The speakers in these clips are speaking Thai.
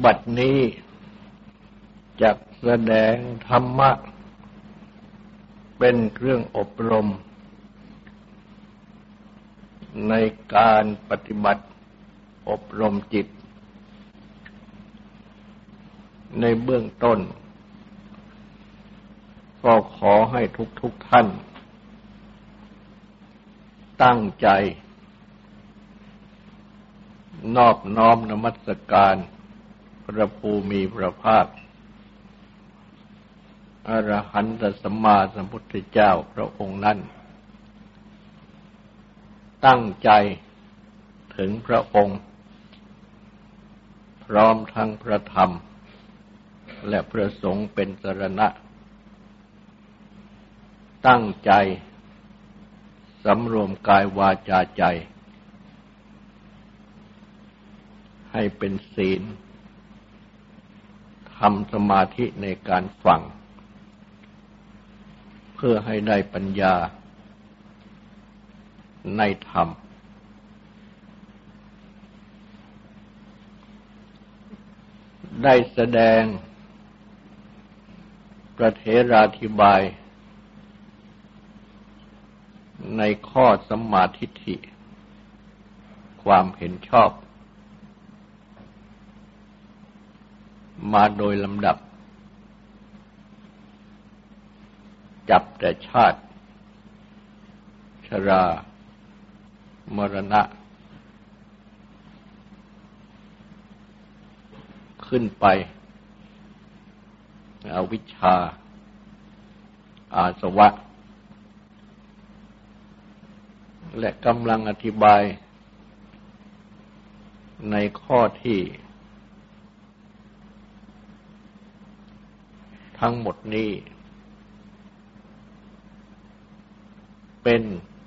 บัดนี้จักแสดงธรรมะเป็นเครื่องอบรมในการปฏิบัติอบรมจิตในเบื้องต้นก็ขอให้ทุกท่านตั้งใจนอบน้อมนมัสการพระภูมิพระภาคอรหันตสัมมาสัมพุทธเจ้าพระองค์นั้นตั้งใจถึงพระองค์พร้อมทั้งพระธรรมและพระสงฆ์เป็นสรณะตั้งใจสำรวมกายวาจาใจให้เป็นศีลทำสมาธิในการฟังเพื่อให้ได้ปัญญาในธรรมได้แสดงประเถราธิบายในข้อสัมมาทิฏฐิความเห็นชอบมาโดยลำดับจับแต่ชาติชรามรณะขึ้นไปอวิชชาอาสวะและกำลังอธิบายในข้อที่ทั้งหมดนี้เป็น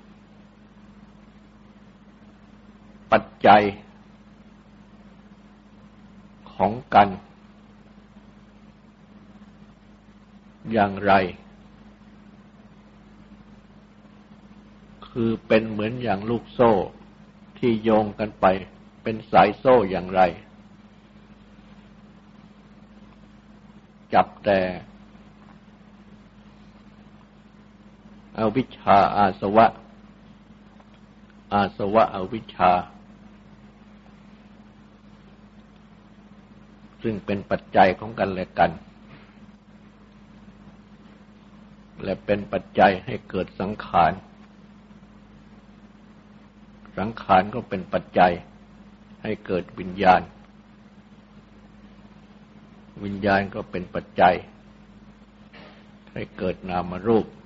ปัจจัยของกันอย่างไรคือเป็นเหมือนอย่างลูกโซ่ที่โยงกันไปเป็นสายโซ่อย่างไรจับแต่อวิชชาอาสวะอาสวะอวิชชาซึ่งเป็นปัจจัยของกันและกันและเป็นปัจจัยให้เกิดสังขารสังขารก็เป็นปัจจัยให้เกิดวิญญาณวิญญาณก็เป็นปัจจัยให้เกิดนามรูป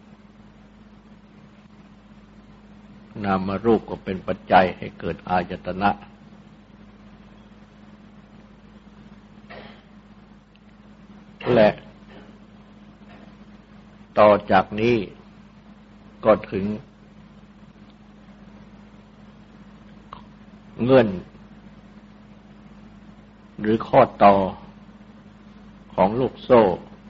นามรูปก็เป็นปัจจัยให้เกิดอายตนะและต่อจากนี้ก็ถึงเงื่อนหรือข้อต่อของลูกโซ่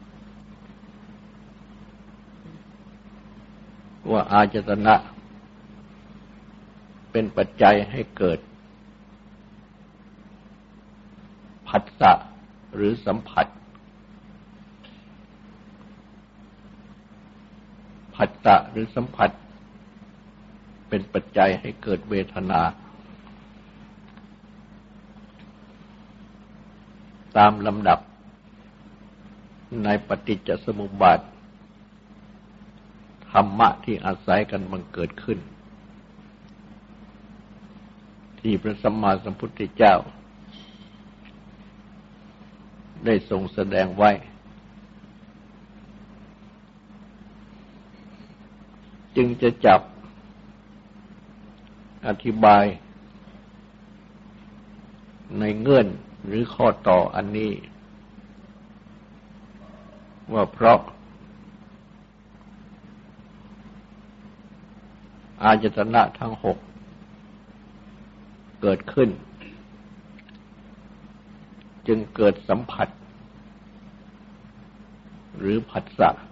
ว่าอายตนะเป็นปัจจัยให้เกิดผัสสะหรือสัมผัสผัสสะหรือสัมผัสเป็นปัจจัยให้เกิดเวทนาตามลำดับในปฏิจจสมุปบาทธรรมะที่อาศัยกันบังเกิดขึ้นที่พระสัมมาสัมพุทธเจ้าได้ทรงแสดงไว้จึงจะจับอธิบายในเงื่อนหรือข้อต่ออันนี้ว่าเพราะอายตนะทั้งหกเกิดขึ้นจึงเกิดสัมผัสหรือผัสสะ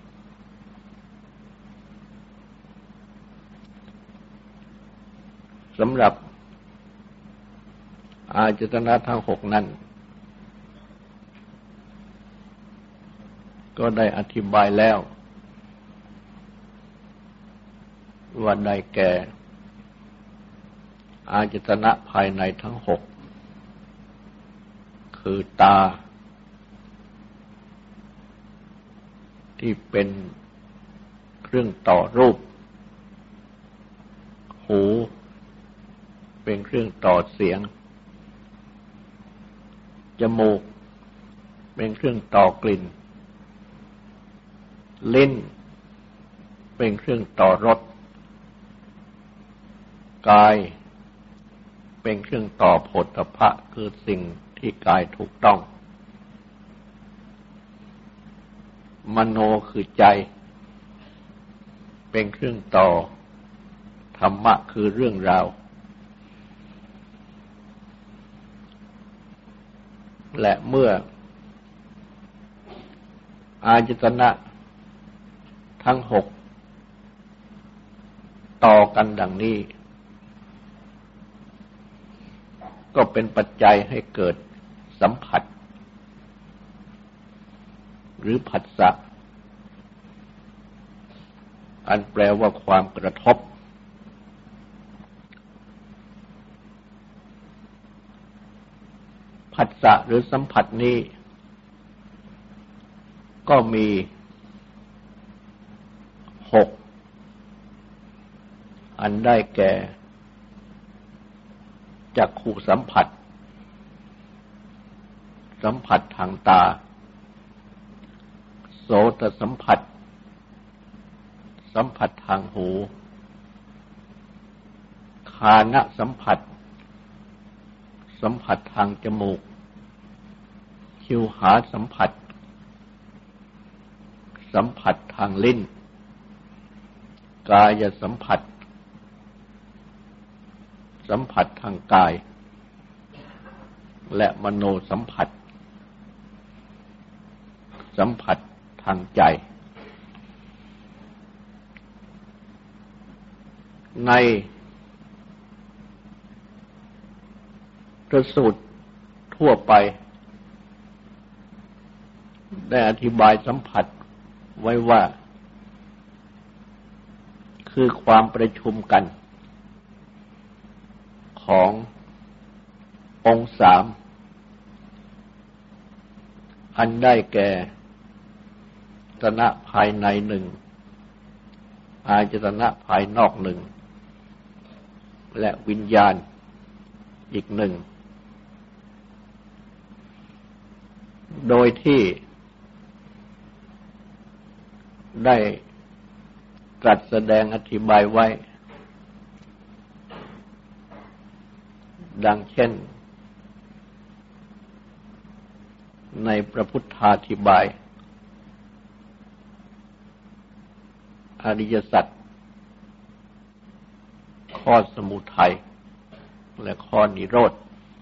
สำหรับอายตนะทั้งหกนั้นก็ได้อธิบายแล้วว่าได้แก่อายตนะภายในทั้งหกคือตาที่เป็นเครื่องต่อรูปหูเป็นเครื่องต่อเสียงจมูกเป็นเครื่องต่อกลิ่นลิ้นเป็นเครื่องต่อรสกายเป็นเครื่องต่อโผฏฐัพพะคือสิ่งที่กายถูกต้องมโนคือใจเป็นเครื่องต่อธรรมะคือเรื่องราวและเมื่ออายตนะทั้งหกต่อกันดังนี้ก็เป็นปัจจัยให้เกิดสัมผัสหรือผัสสะอันแปลว่าความกระทบผัสสะหรือสัมผัสนี้ก็มีหกอันได้แก่จักขุสัมผัสสัมผัสทางตาโสตสัมผัสสัมผัสทางหูฆานะสัมผัสสัมผัสทางจมูกชิวหาสัมผัสสัมผัสทางลิ้นกายสัมผัสสัมผัสทางกายและมโนสัมผัสสัมผัสทางใจในพระสูตรทั่วไปได้อธิบายสัมผัสไว้ว่าคือความประชุมกันขององค์สามอันได้แก่อายตนะภายในหนึ่งอายตนะภายนอกหนึ่งและวิญญาณอีกหนึ่งโดยที่ได้ตรัสแสดงอธิบายไว้ดังเช่นในพระพุทธาธิบายอริยสัจข้อสมุทัยและข้อนิโรธ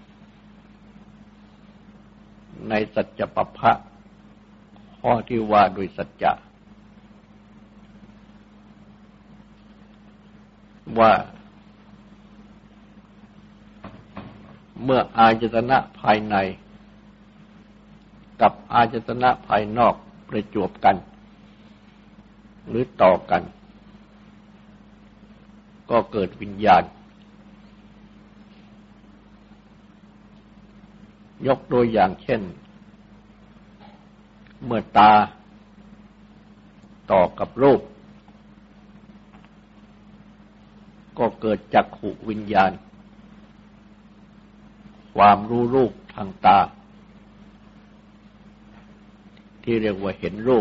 ในสัจจปัปพะข้อที่ว่าโดยสัจจะว่าเมื่ออายตนะภายในกับอายตนะภายนอกประจวบกันหรือต่อกันก็เกิดวิญญาณยกตัวอย่างเช่นเมื่อตาต่อกับรูปก็เกิดจักขุวิญญาณความรู้รูปทางตาที่เรียกว่าเห็นรูป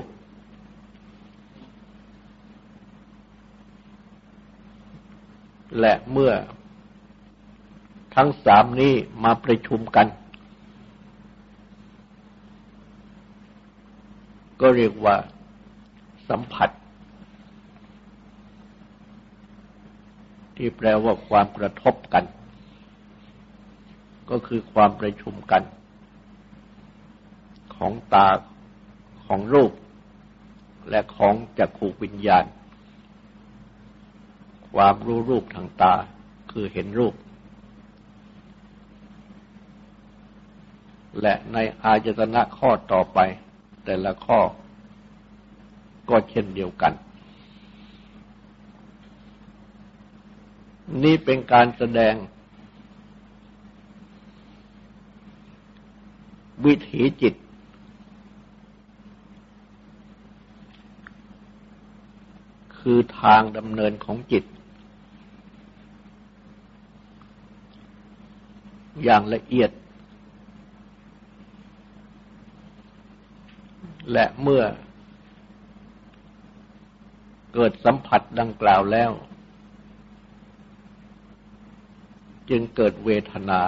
และเมื่อทั้งสามนี้มาประชุมกันก็เรียกว่าสัมผัสที่แปลว่าความกระทบกันก็คือความประชุมกันของตาของรูปและของจักขุวิญญาณความรู้รูปทางตาคือเห็นรูปและในอายตนะข้อต่อไปแต่ละข้อก็เช่นเดียวกันนี่เป็นการแสดงวิถีจิตคือทางดำเนินของจิตอย่างละเอียดและเมื่อเกิดสัมผัสดังกล่าวแล้วจึงเกิดเวทนา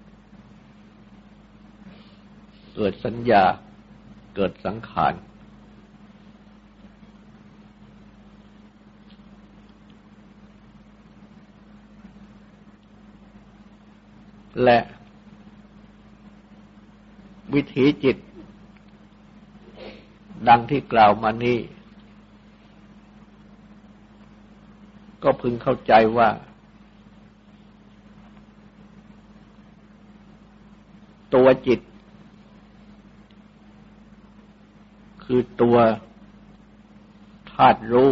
เกิดสัญญาเกิดสังขารและวิถีจิตดังที่กล่าวมานี้ก็พึงเข้าใจว่าตัวจิตคือตัวธาตุรู้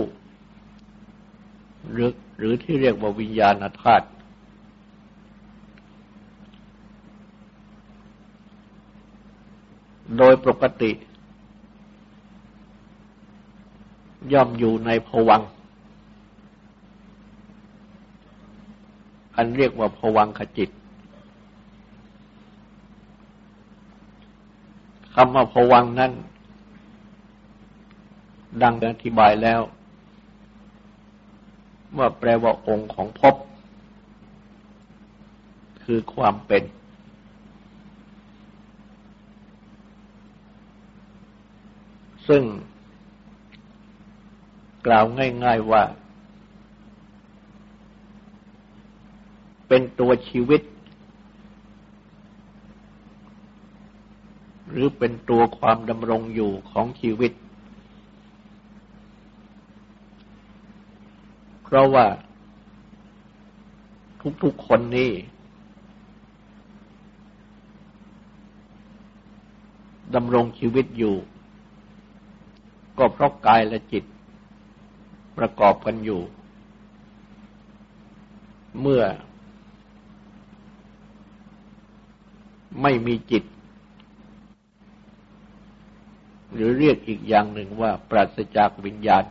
หรือที่เรียกว่าวิญญาณธาตุโดยปกติย่อมอยู่ในภวังค์อันเรียกว่าภวังคจิตคำว่าภวังค์นั้นดังอธิบายแล้วว่าแปลว่าองค์ของภพคือความเป็นซึ่งกล่าวง่ายๆว่าเป็นตัวชีวิตหรือเป็นตัวความดำรงอยู่ของชีวิตเพราะว่าทุกๆคนนี้ดำรงชีวิตอยู่ก็เพราะกายและจิตประกอบกันอยู่เมื่อไม่มีจิตหรือเรียกอีกอย่างหนึ่งว่าปราศจากวิญญาณ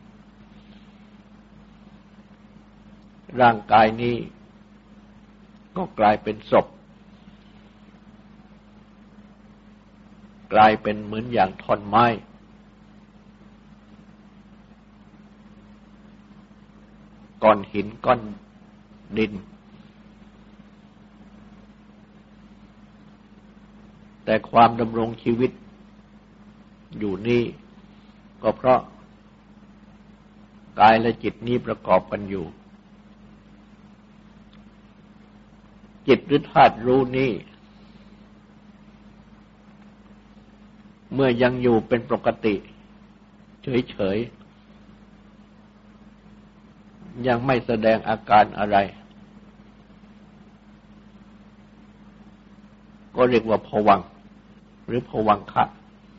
ร่างกายนี้ก็กลายเป็นศพกลายเป็นเหมือนอย่างท่อนไม้ก้อนหินก้อนดินแต่ความดำรงชีวิตอยู่นี่ก็เพราะกายและจิตนี้ประกอบกันอยู่จิตหรือธาตุรู้นี้เมื่อยังอยู่เป็นปกติเฉยๆยังไม่แสดงอาการอะไรก็เรียกว่าภวังค์หรือภวังคะ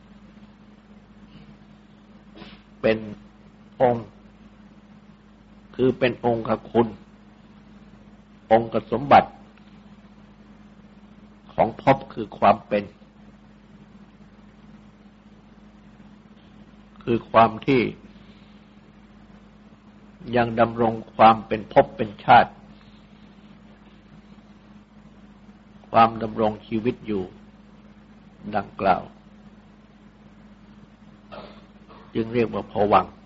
เป็นองค์คือเป็นองค์คุณองค์สมบัติของภพคือความเป็นคือความที่ยังดำรงความเป็นภพเป็นชาติความดำรงชีวิตอยู่ดังกล่าวจึงเรียกว่าภวังค์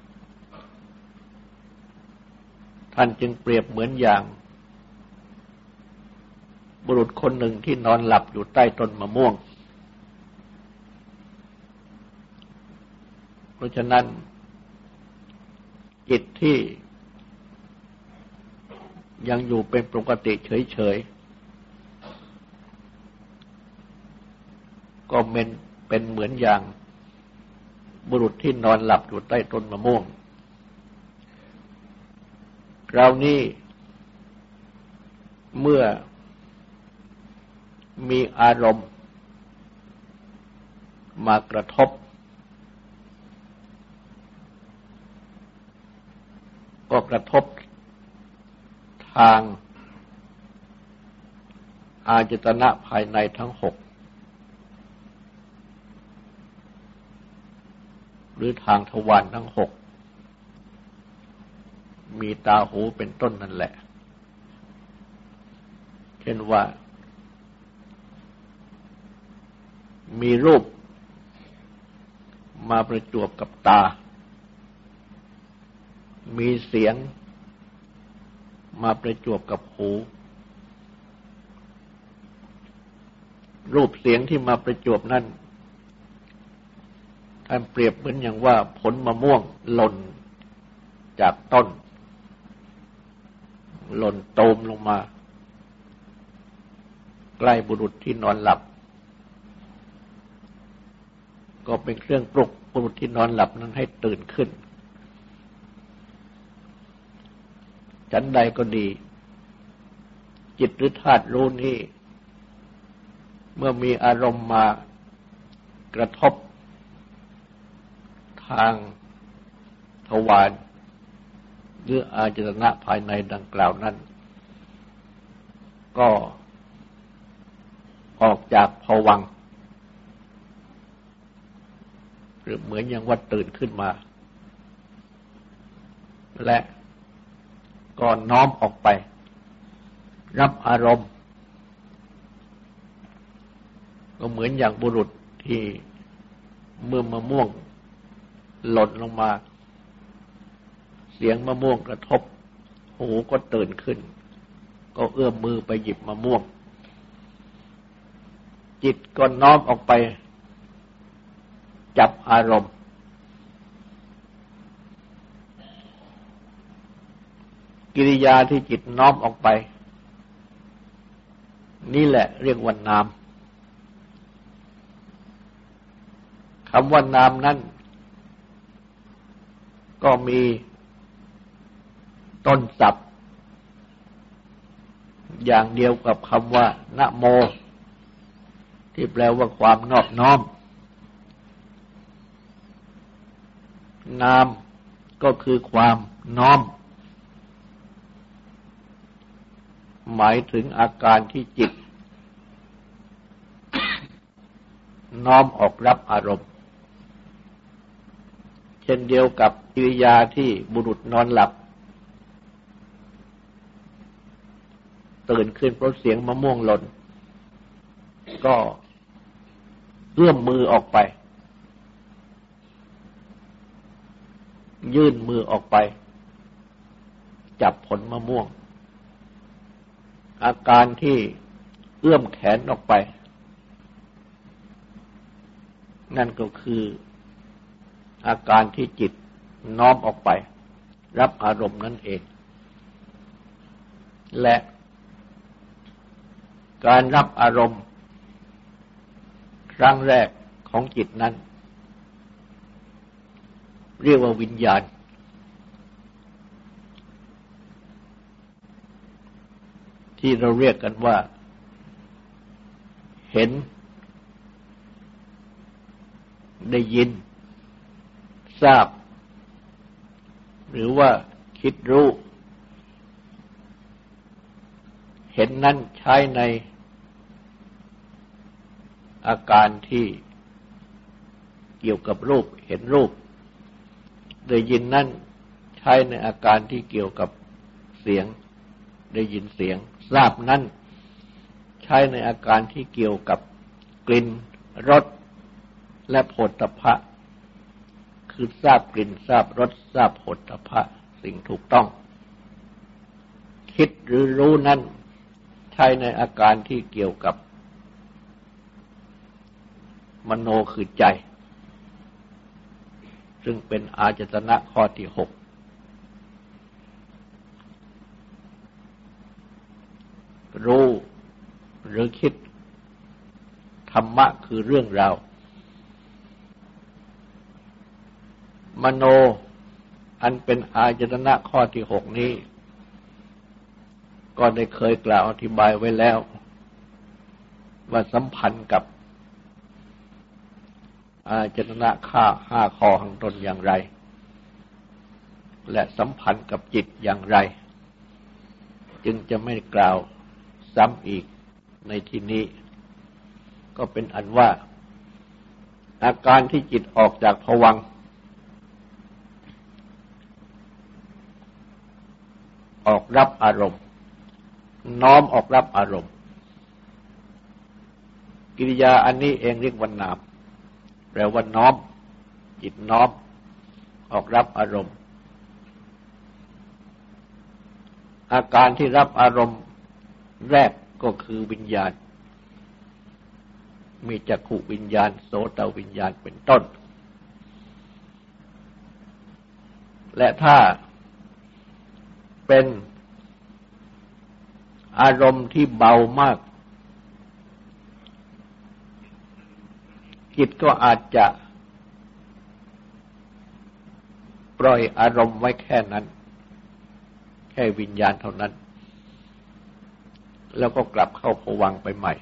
ท่านจึงเปรียบเหมือนอย่างบุรุษคนหนึ่งที่นอนหลับอยู่ใต้ต้นมะม่วงเพราะฉะนั้นจิตที่ยังอยู่เป็นปกติเฉยๆก็เป็นเหมือนอย่างบุรุษที่นอนหลับอยู่ใต้ต้นมะม่วงคราวนี้เมื่อมีอารมณ์มากระทบก็กระทบทางอายตนะภายในทั้งหกหรือทางทวารทั้งหกมีตาหูเป็นต้นนั่นแหละเช่นว่ามีรูปมาประจวบกับตามีเสียงมาประจวบกับหูรูปเสียงที่มาประจวบนั้นท่านเปรียบเหมือนอย่างว่าผลมะม่วงหล่นจากต้นหล่นโตมลงมาใกล้บุรุษที่นอนหลับก็เป็นเครื่องปลุกบุรุษที่นอนหลับนั้นให้ตื่นขึ้นฉันใดก็ดีจิตหรือธาตุรู้นี้เมื่อมีอารมณ์มากระทบทางทวารหรืออายตนะภายในดังกล่าวนั้นก็ออกจากภวังค์หรือเหมือนอย่างว่าตื่นขึ้นมาและก็น้อมออกไปรับอารมณ์ก็เหมือนอย่างบุรุษที่เมื่อมะม่วงหล่นลงมาเสียงมะม่วงกระทบหูก็ตื่นขึ้นก็เอื้อมมือไปหยิบมะม่วงจิตก็น้อมออกไปจับอารมณ์กิริยาที่จิตน้อมออกไปนี่แหละเรียกว่านามคำว่านามนั้นก็มีต้นศัพท์อย่างเดียวกับคำว่านะโมที่แปลว่าความนอบน้อมนามก็คือความน้อมหมายถึงอาการที่จิตน้อมออกรับอารมณ์เช่นเดียวกับกิริยาที่บุรุษนอนหลับตื่นขึ้นเพราะเสียงมะม่วงหล่นก็เอื้อมมือออกไปยื่นมือออกไปจับผลมะม่วงอาการที่เอื้อมแขนออกไปนั่นก็คืออาการที่จิตน้อมออกไปรับอารมณ์นั่นเองและการรับอารมณ์ครั้งแรกของจิตนั้นเรียกว่าวิญญาณที่เราเรียกกันว่าเห็นได้ยินทราบหรือว่าคิดรู้เห็นนั้นใช้ในอาการที่เกี่ยวกับรูปเห็นรูปได้ยินนั้นใช้ในอาการที่เกี่ยวกับเสียงได้ยินเสียงทราบนั้นใช้ในอาการที่เกี่ยวกับกลิ่นรสและโผฏฐัพพะคือทราบกลิ่นทราบรสทราบโผฏฐัพพะสิ่งถูกต้องคิดหรือรู้นั้นใช้ในอาการที่เกี่ยวกับมโนคือใจซึ่งเป็นอายตนะข้อที่6รู้หรือคิดธรรมะคือเรื่องราวมโนอันเป็นอายตนะข้อที่6นี้ก็ได้เคยกล่าวอธิบายไว้แล้วว่าสัมพันธ์กับอายตนะ5 ข้อข้างต้นอย่างไรและสัมพันธ์กับจิตอย่างไรจึงจะไม่กล่าวซ้ำอีกในที่นี้ก็เป็นอันว่าอาการที่จิตออกจากภวังค์ออกรับอารมณ์น้อมออกรับอารมณ์กิริยาอันนี้เองเรียกว่านามแปลว่าน้อมจิตน้อมออกรับอารมณ์อาการที่รับอารมณ์แรกก็คือวิญญาณมีจักขุวิญญาณโสตวิญญาณเป็นต้นและถ้าเป็นอารมณ์ที่เบามากจิตก็อาจจะปล่อยอารมณ์ไว้แค่นั้นแค่วิญญาณเท่านั้นแล้วก็กลับเข้าภวังค์ไปใหม่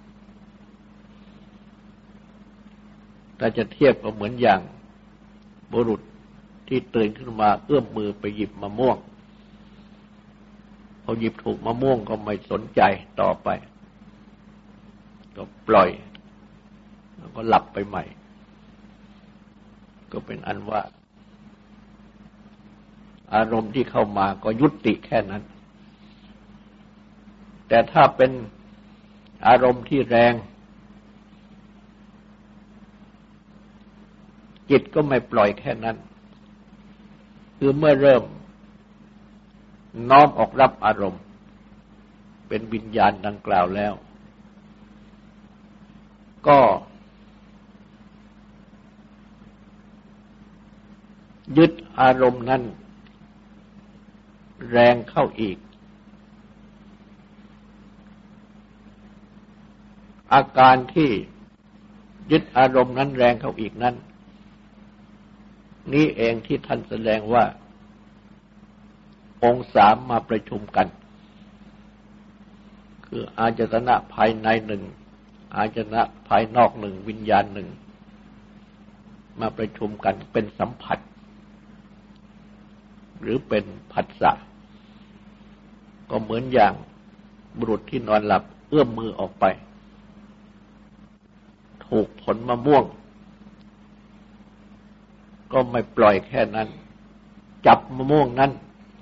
ถ้าจะเทียบก็เหมือนอย่างบุรุษที่ตื่นขึ้นมาเอื้อมมือไปหยิบมะม่วงพอหยิบถูกมะม่วงก็ไม่สนใจต่อไปก็ปล่อยแล้วก็หลับไปใหม่ก็เป็นอันว่าอารมณ์ที่เข้ามาก็ยุติแค่นั้นแต่ถ้าเป็นอารมณ์ที่แรงจิตก็ไม่ปล่อยแค่นั้นคือเมื่อเริ่มน้อมออกรับอารมณ์เป็นวิญญาณดังกล่าวแล้วก็ยึดอารมณ์นั้นแรงเข้าอีกอาการที่ยึดอารมณ์นั้นแรงเข้าอีกนั้นนี่เองที่ท่านแสดงว่าองค์สามมาประชุมกันคืออาจตนะภายในหนึ่งอาจตนะภายนอกหนึ่งวิญญาณหนึ่งมาประชุมกันเป็นสัมผัสหรือเป็นผัสสะก็เหมือนอย่างบุรุษที่นอนหลับเอื้อมมือออกไปถูกผลมะม่วงก็ไม่ปล่อยแค่นั้นจับมะม่วงนั้น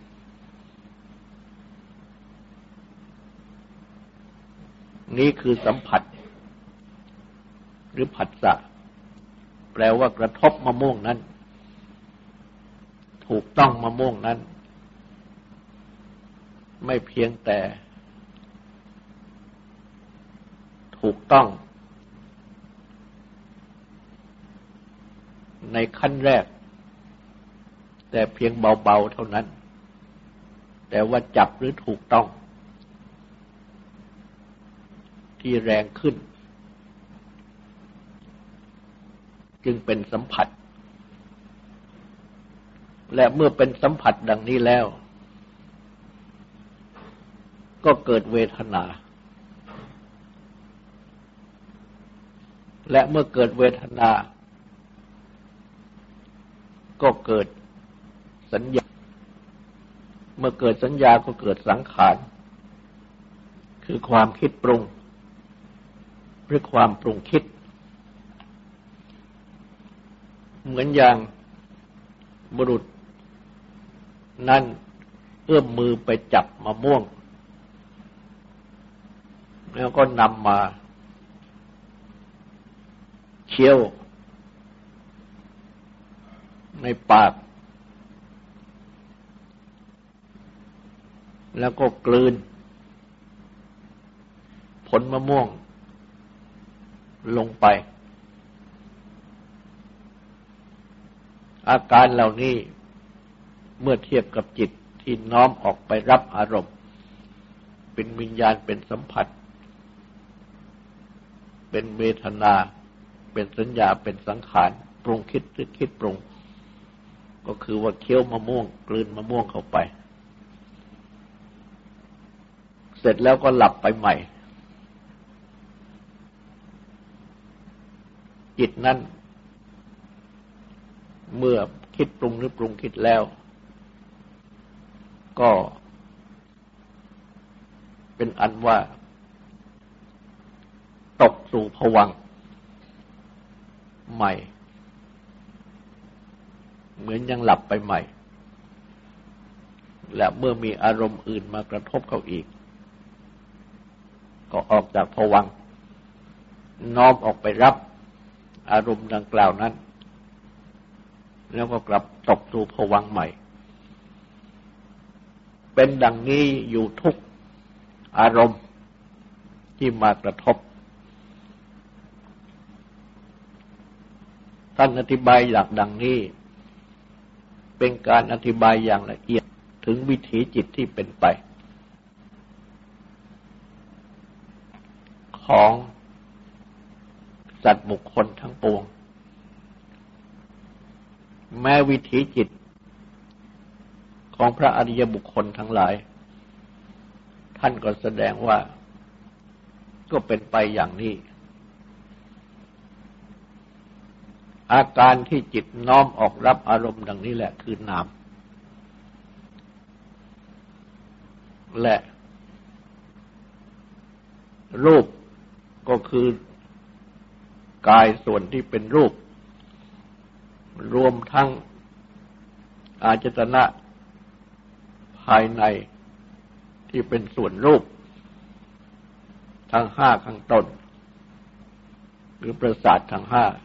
นี่คือสัมผัสหรือผัสสะแปลว่ากระทบมะม่วงนั้นถูกต้องมะม่วงนั้นไม่เพียงแต่ถูกต้องในขั้นแรกแต่เพียงเบาๆเท่านั้นแต่ว่าจับหรือถูกต้องที่แรงขึ้นจึงเป็นสัมผัสและเมื่อเป็นสัมผัสดังนี้แล้วก็เกิดเวทนาและเมื่อเกิดเวทนาก็เกิดสัญญาเมื่อเกิดสัญญาก็เกิดสังขารคือความคิดปรุงหรือความปรุงคิดเหมือนอย่างบุรุษนั้นเอื้อมมือไปจับมะม่วงแล้วก็นำมาเคี้ยวในปากแล้วก็กลืนผลมะม่วงลงไปอาการเหล่านี้เมื่อเทียบกับจิตที่น้อมออกไปรับอารมณ์เป็นวิญญาณเป็นสัมผัสเป็นเวทนาเป็นสัญญาเป็นสังขารปรุงคิดหรือคิดปรุงก็คือว่าเคี้ยวมะม่วงกลืนมะม่วงเข้าไปเสร็จแล้วก็หลับไปใหม่จิตนั้นเมื่อคิดปรุงหรือปรุงคิดแล้วก็เป็นอันว่าตกสู่ภวังค์ใหม่เหมือนยังหลับไปใหม่และเมื่อมีอารมณ์อื่นมากระทบเขาอีกก็ออกจากภวังค์น้อมออกไปรับอารมณ์ดังกล่าวนั้นแล้วก็กลับตกสู่ภวังค์ใหม่เป็นดังนี้อยู่ทุกอารมณ์ที่มากระทบท่านอธิบายหลักดังนี้เป็นการอธิบายอย่างละเอียดถึงวิถีจิตที่เป็นไปของสัตว์บุคคลทั้งปวงแม้วิถีจิตของพระอริยบุคคลทั้งหลายท่านก็แสดงว่าก็เป็นไปอย่างนี้อาการที่จิตน้อมออกรับอารมณ์ดังนี้แหละคือนามและรูปก็คือกายส่วนที่เป็นรูปรวมทั้งอาจตนะภายในที่เป็นส่วนรูปทั้งห้าข้างต้นหรือประสาททั้งห้า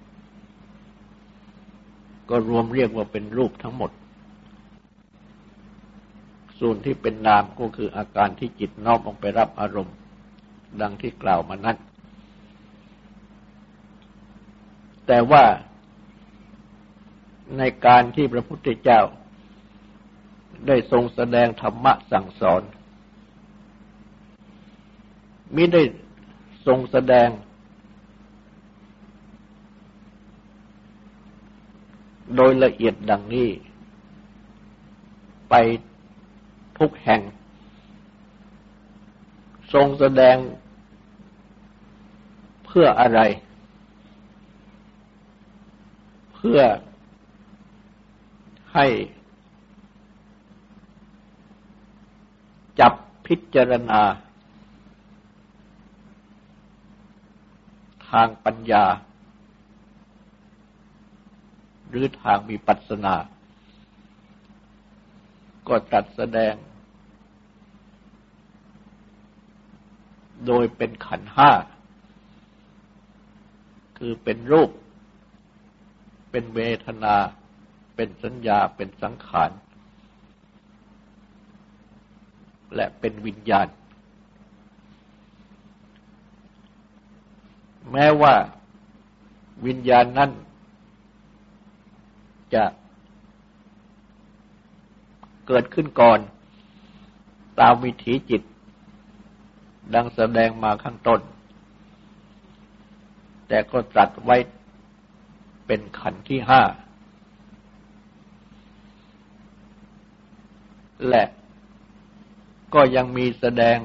ก็รวมเรียกว่าเป็นรูปทั้งหมดส่วนที่เป็นนามก็คืออาการที่จิตน้อมออกไปรับอารมณ์ดังที่กล่าวมานั้นแต่ว่าในการที่พระพุทธเจ้าได้ทรงแสดงธรรมะสั่งสอนมิได้ทรงแสดงโดยละเอียดดังนี้ไปทุกแห่งทรงแสดงเพื่ออะไรเพื่อให้จับพิจารณาทางปัญญาหรือทางวิปัสสนาก็ตรัสแสดงโดยเป็นขันธ์ห้าคือเป็นรูปเป็นเวทนาเป็นสัญญาเป็นสังขารและเป็นวิญญาณแม้ว่าวิญญาณนั้นจะเกิดขึ้นก่อนตามวิถีจิตดังแสดงมาข้างต้นแต่ก็ตรัสไว้เป็นขันธ์ที่ห้าและก็ยังมีแสดง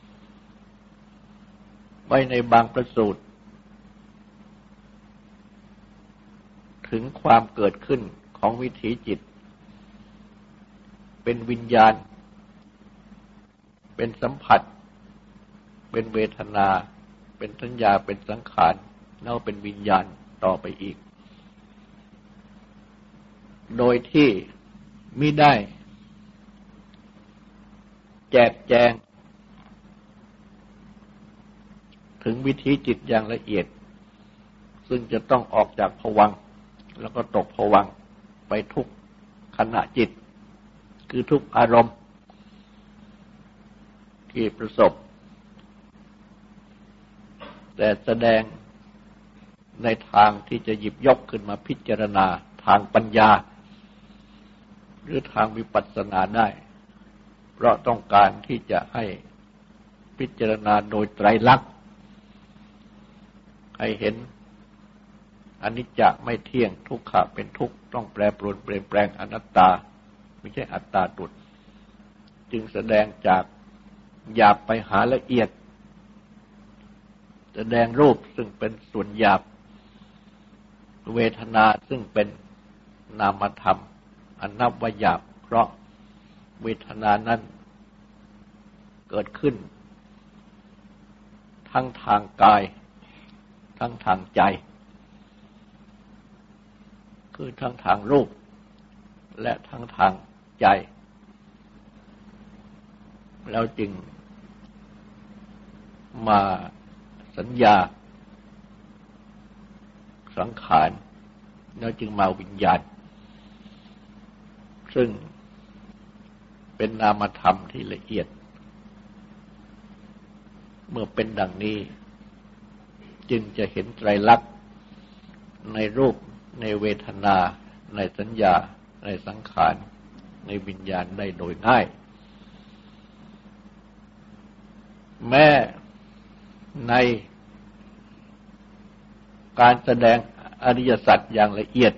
ไว้ในบางประสูตรถึงความเกิดขึ้นของวิถีจิตเป็นวิญญาณเป็นสัมผัสเป็นเวทนาเป็นสัญญาเป็นสังขารแล้วเป็นวิญญาณต่อไปอีกโดยที่มิได้แจกแจงถึงวิถีจิตอย่างละเอียดซึ่งจะต้องออกจากภวังค์แล้วก็ตกภวังค์ไปทุกขณะจิตคือทุกอารมณ์ที่ประสบแต่แสดงในทางที่จะหยิบยกขึ้นมาพิจารณาทางปัญญาหรือทางวิปัสสนาได้เพราะต้องการที่จะให้พิจารณาโดยไตรลักษณ์ให้เห็นอนิจจ์ไม่เที่ยงทุกขะเป็นทุกข์ต้องแปรปรวนเปลี่ยนแปลงอนัตตาไม่ใช่อัตตาตุจึงแสดงจากหยาบไปหาละเอียดแสดงรูปซึ่งเป็นส่วนหยาบเวทนาซึ่งเป็นนามธรรมอันนับว่าหยาบเพราะเวทนานั้นเกิดขึ้นทั้งทางกายทั้งทางใจคือทั้งทางรูปและทั้งทางใจแล้วจึงมาสัญญาสังขารแล้วจึงมาวิญญาณซึ่งเป็นนามธรรมที่ละเอียดเมื่อเป็นดังนี้จึงจะเห็นไตรลักษณ์ในรูปในเวทนาในสัญญาในสังขารในวิญญาณได้โดยง่ายแม้ในการแสดงอริยสัจอย่างละเอียด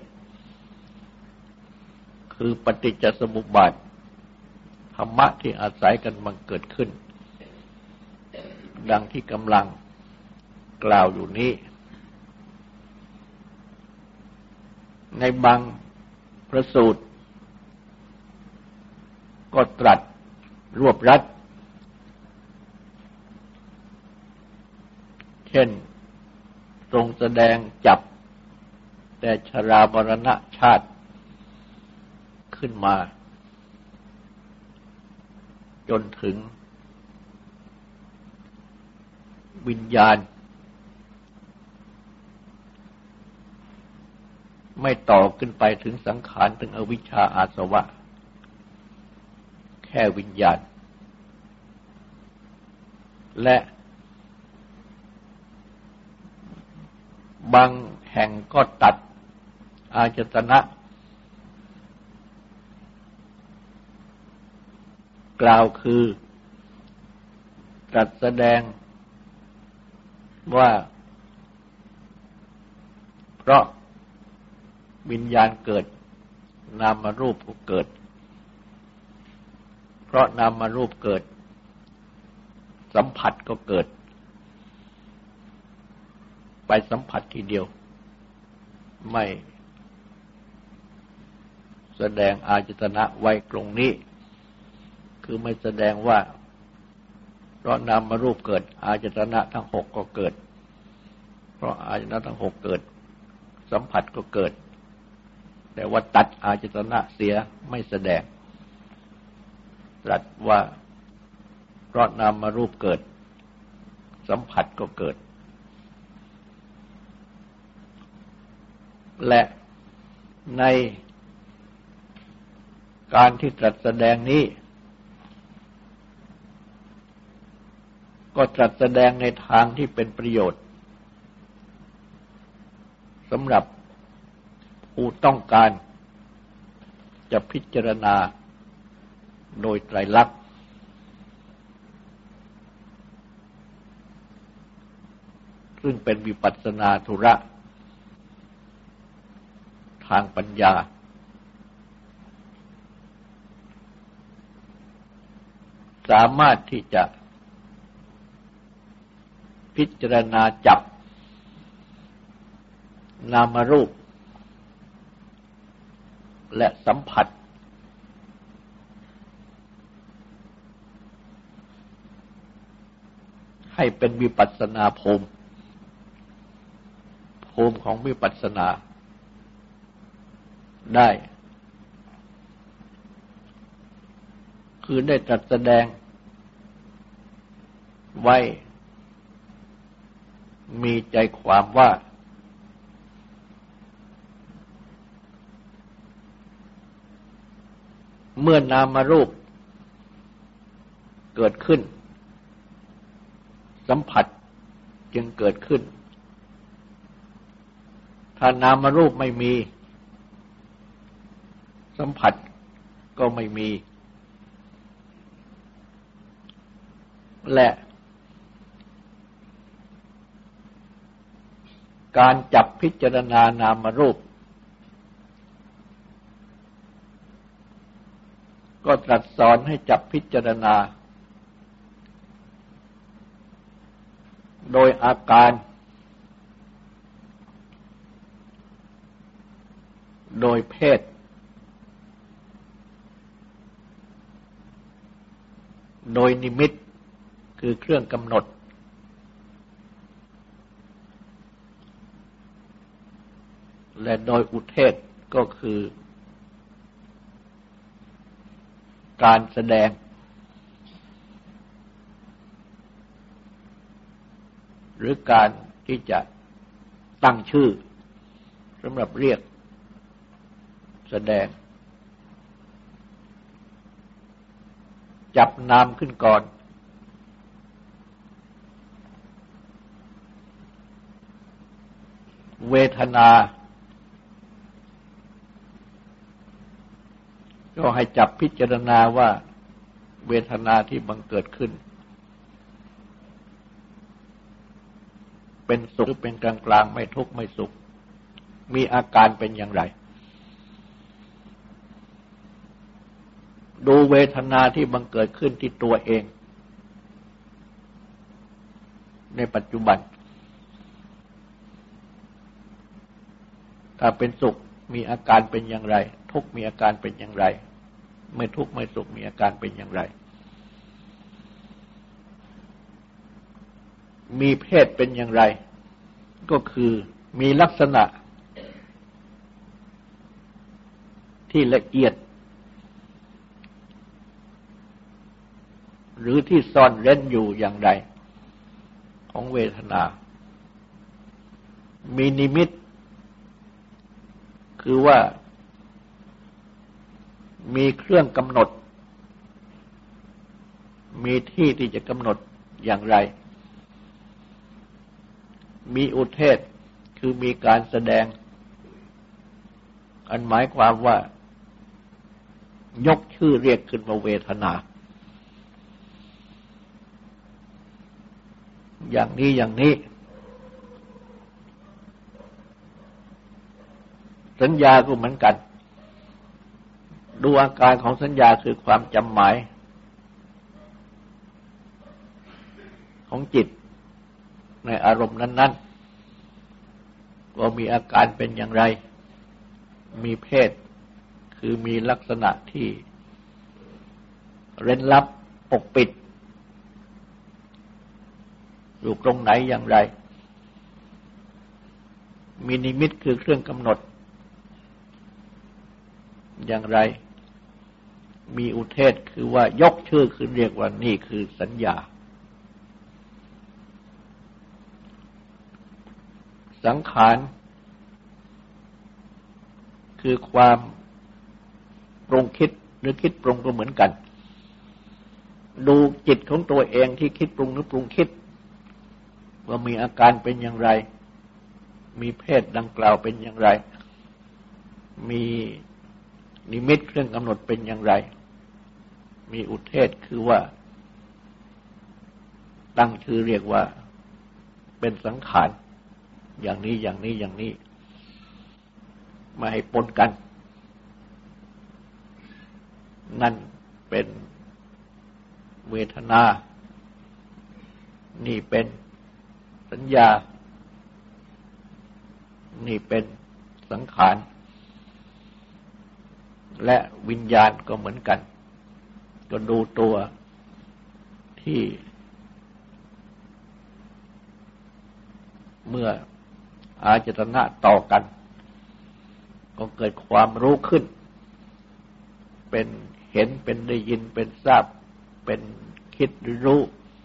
คือปฏิจจสมุปบาทธรรมะที่อาศัยกันบังเกิดขึ้นดังที่กำลังกล่าวอยู่นี้ในบางพระสูตรก็ตรัสรวบรัดเช่นทรงแสดงจับแต่ชราบรณะชาติขึ้นมาจนถึงวิญญาณไม่ต่อขึ้นไปถึงสังขารถึงอวิชชาอาสวะแค่วิญญาณและบางแห่งก็ตัดอาจตนะกล่าวคือตรัสแสดงว่าเพราะวิญญาณเกิดนามรูปก็เกิดเพราะนามรูปเกิดสัมผัสก็เกิดไปสัมผัสทีเดียวไม่แสดงอาจตนะไว้ตรงนี้คือไม่แสดงว่าเพราะนามรูปเกิดอาจตนะทั้งหกก็เกิดเพราะอาจตนะทั้งหกเกิดสัมผัสก็เกิดแต่ว่าตัดอาจตนะเสียไม่แสดงตรัสว่าเพราะนามรูปเกิดสัมผัสก็เกิดและในการที่ตรัสแสดงนี้ก็ตรัสแสดงในทางที่เป็นประโยชน์สำหรับผู้ต้องการจะพิจารณาโดยไตรลักษณ์ซึ่งเป็นวิปัสสนาธุระทางปัญญาสามารถที่จะพิจารณาจับนามรูปและสัมผัสให้เป็นวิปัสสนาภูมิของวิปัสสนาได้คือได้ตรัสแสดงไว้มีใจความว่าเมื่อนามรูปเกิดขึ้นสัมผัสจึงเกิดขึ้นถ้านามรูปไม่มีสัมผัสก็ไม่มีและการจับพิจารณานามรูปก็ตรัสสอนให้จับพิจารณาโดยอาการโดยเพศโดยนิมิตคือเครื่องกำหนดและโดยอุเทศก็คือการแสดงหรือการที่จะตั้งชื่อสำหรับเรียกแสดงจับนามขึ้นก่อนเวทนาก็ให้จับพิจารณาว่าเวทนาที่บังเกิดขึ้นเป็นสุขหรือเป็นกลางๆไม่ทุกข์ไม่สุขมีอาการเป็นอย่างไรดูเวทนาที่บังเกิดขึ้นที่ตัวเองในปัจจุบันถ้าเป็นสุขมีอาการเป็นอย่างไรทุกข์มีอาการเป็นอย่างไรไม่ทุกข์ไม่สุขมีอาการเป็นอย่างไรมีเพศเป็นอย่างไรก็คือมีลักษณะที่ละเอียดหรือที่ซ่อนเร้นอยู่อย่างไรของเวทนามีนิมิตคือว่ามีเครื่องกำหนดมีที่ที่จะกำหนดอย่างไรมีอุเทศคือมีการแสดงอันหมายความว่ายกชื่อเรียกขึ้นว่าเวทนาอย่างนี้อย่างนี้สัญญาก็เหมือนกันดูอาการของสัญญาคือความจำหมายของจิตในอารมณ์นั้นๆก็มีอาการเป็นอย่างไรมีเพศคือมีลักษณะที่เร้นลับปกปิดอยู่ตรงไหนอย่างไรมีนิมิตคือเครื่องกำหนดอย่างไรมีอุเทศคือว่ายกชื่อขึ้นเรียกว่านี่คือสัญญาสังขารคือความปรุงคิดหรือคิดปรุงก็เหมือนกันดูจิตของตัวเองที่คิดปรุงหรือปรุงคิดว่ามีอาการเป็นอย่างไรมีเพศดังกล่าวเป็นอย่างไรมีนิมิตเครื่องกำหนดเป็นอย่างไรมีอุเทศคือว่าตั้งชื่อเรียกว่าเป็นสังขารอย่างนี้อย่างนี้อย่างนี้ไม่ให้ปนกันนั่นเป็นเวทนานี่เป็นสัญญานี่เป็นสังขารและวิญญาณก็เหมือนกันก็ดูตัวที่เมื่ออาจตนะต่อกันก็เกิดความรู้ขึ้นเป็นเห็นเป็นได้ยินเป็นทราบเป็นคิดหรือรู้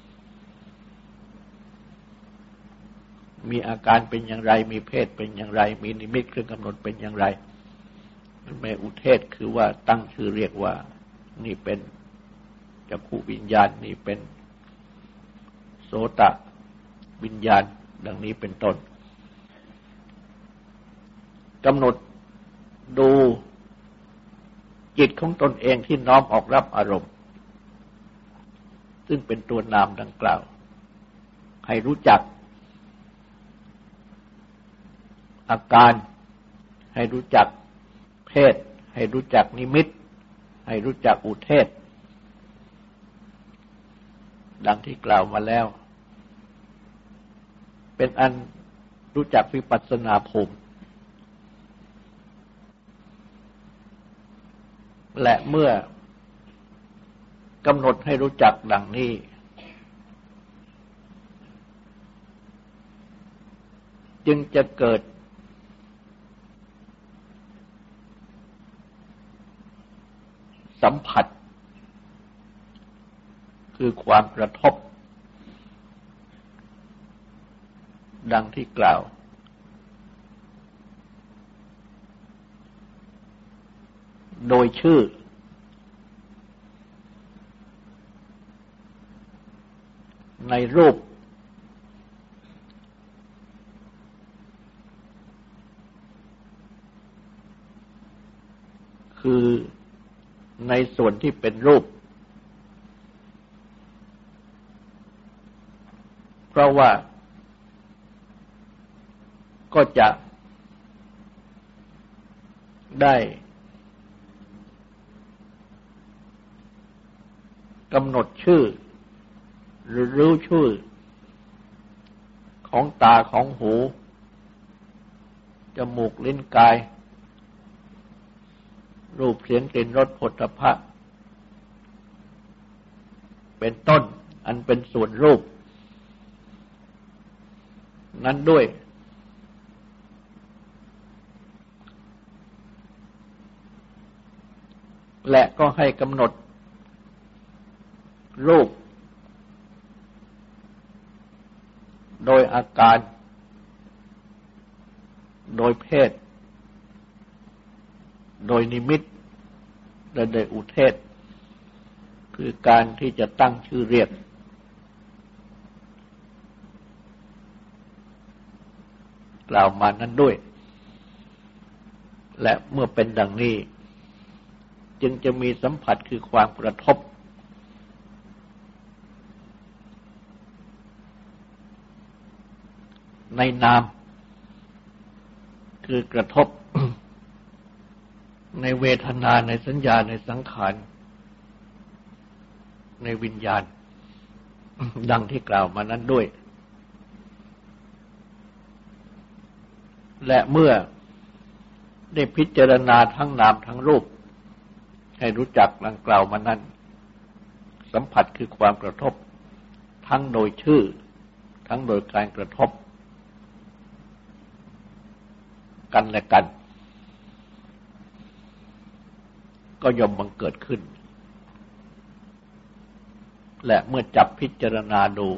มีอาการเป็นอย่างไรมีเพศเป็นอย่างไรมีนิมิตเครื่องกำหนดเป็นอย่างไรแม่อุเทศคือว่าตั้งชื่อเรียกว่านี่เป็นจักขุวิญญาณนี่เป็นโสตวิญญาณดังนี้เป็นต้นกำหนดดูจิตของตนเองที่น้อมออกรับอารมณ์ซึ่งเป็นตัวนามดังกล่าวให้รู้จักอาการให้รู้จักเพศให้รู้จักนิมิตให้รู้จักอุเทศดังที่กล่าวมาแล้วเป็นอันรู้จักวิปัสสนาภูมิและเมื่อกำหนดให้รู้จักดังนี้จึงจะเกิดสัมผัสคือความกระทบดังที่กล่าวโดยชื่อในรูปคือในส่วนที่เป็นรูปเพราะว่าก็จะได้กำหนดชื่อหรือรู้ชื่อของตาของหูจมูกลิ้นกายรูปเสียงกลิ่นรสโผฏฐัพพะเป็นต้นอันเป็นส่วนรูปนั้นด้วยและก็ให้กำหนดรูปโดยอาการโดยเพศโดยนิมิตและโดยอุเทศคือการที่จะตั้งชื่อเรียกกล่าวมานั้นด้วยและเมื่อเป็นดังนี้จึงจะมีสัมผัสคือความกระทบในนามคือกระทบในเวทนาในสัญญาในสังขารในวิญญาณดังที่กล่าวมานั้นด้วยและเมื่อได้พิจารณาทั้งนามทั้งรูปให้รู้จักดังกล่าวมานั้นสัมผัสคือความกระทบทั้งโดยชื่อทั้งโดยการกระทบกันและกันก็ย่อมบังเกิดขึ้นและเมื่อจับพิจารณาดู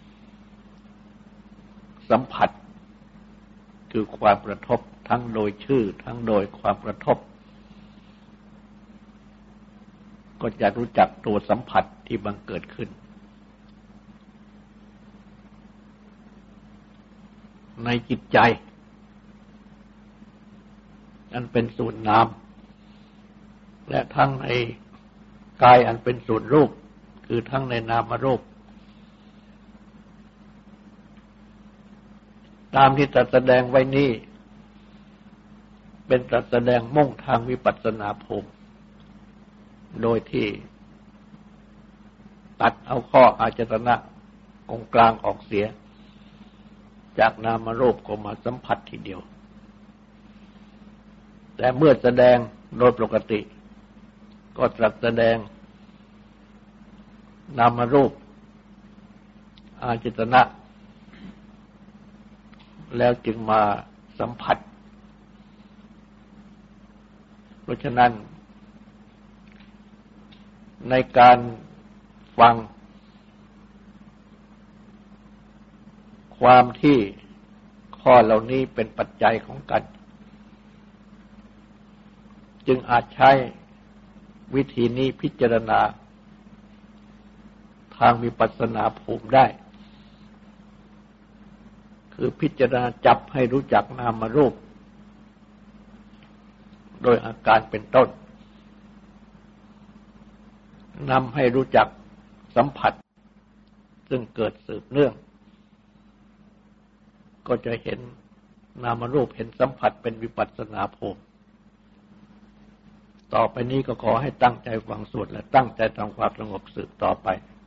สัมผัสคือความกระทบทั้งโดยชื่อทั้งโดยความกระทบก็จะรู้จักตัวสัมผัสที่บังเกิดขึ้นในจิตใจอันเป็นส่วนนามและทั้งในกายอันเป็นส่วนรูปคือทั้งในนามรูปตามที่ตรัสแสดงไว้นี้เป็นตรัสแสดงมุ่งทางวิปัสสนาภูมิโดยที่ตัดเอาข้ออาจตนะองค์กลางออกเสียจากนามรูปก็มาสัมผัสทีเดียวแต่เมื่อแสดงโดยปกติก็ตรัสแสดงนามรูปอาจตนะแล้วจึงมาสัมผัสเพราะฉะนั้นในการฟังความที่ข้อเหล่านี้เป็นปัจจัยของกันจึงอาจใช้วิธีนี้พิจารณาทางวิปัสสนาภูมิได้คือพิจารณาจับให้รู้จักนามรูปโดยอาการเป็นต้นนำให้รู้จักสัมผัสซึ่งเกิดสืบเนื่องก็จะเห็นนามรูปเห็นสัมผัสเป็นวิปัสสนาภูมิต่อไปนี้ก็ขอให้ตั้งใจฟังสวดและตั้งใจทำความสงบสืบต่อไป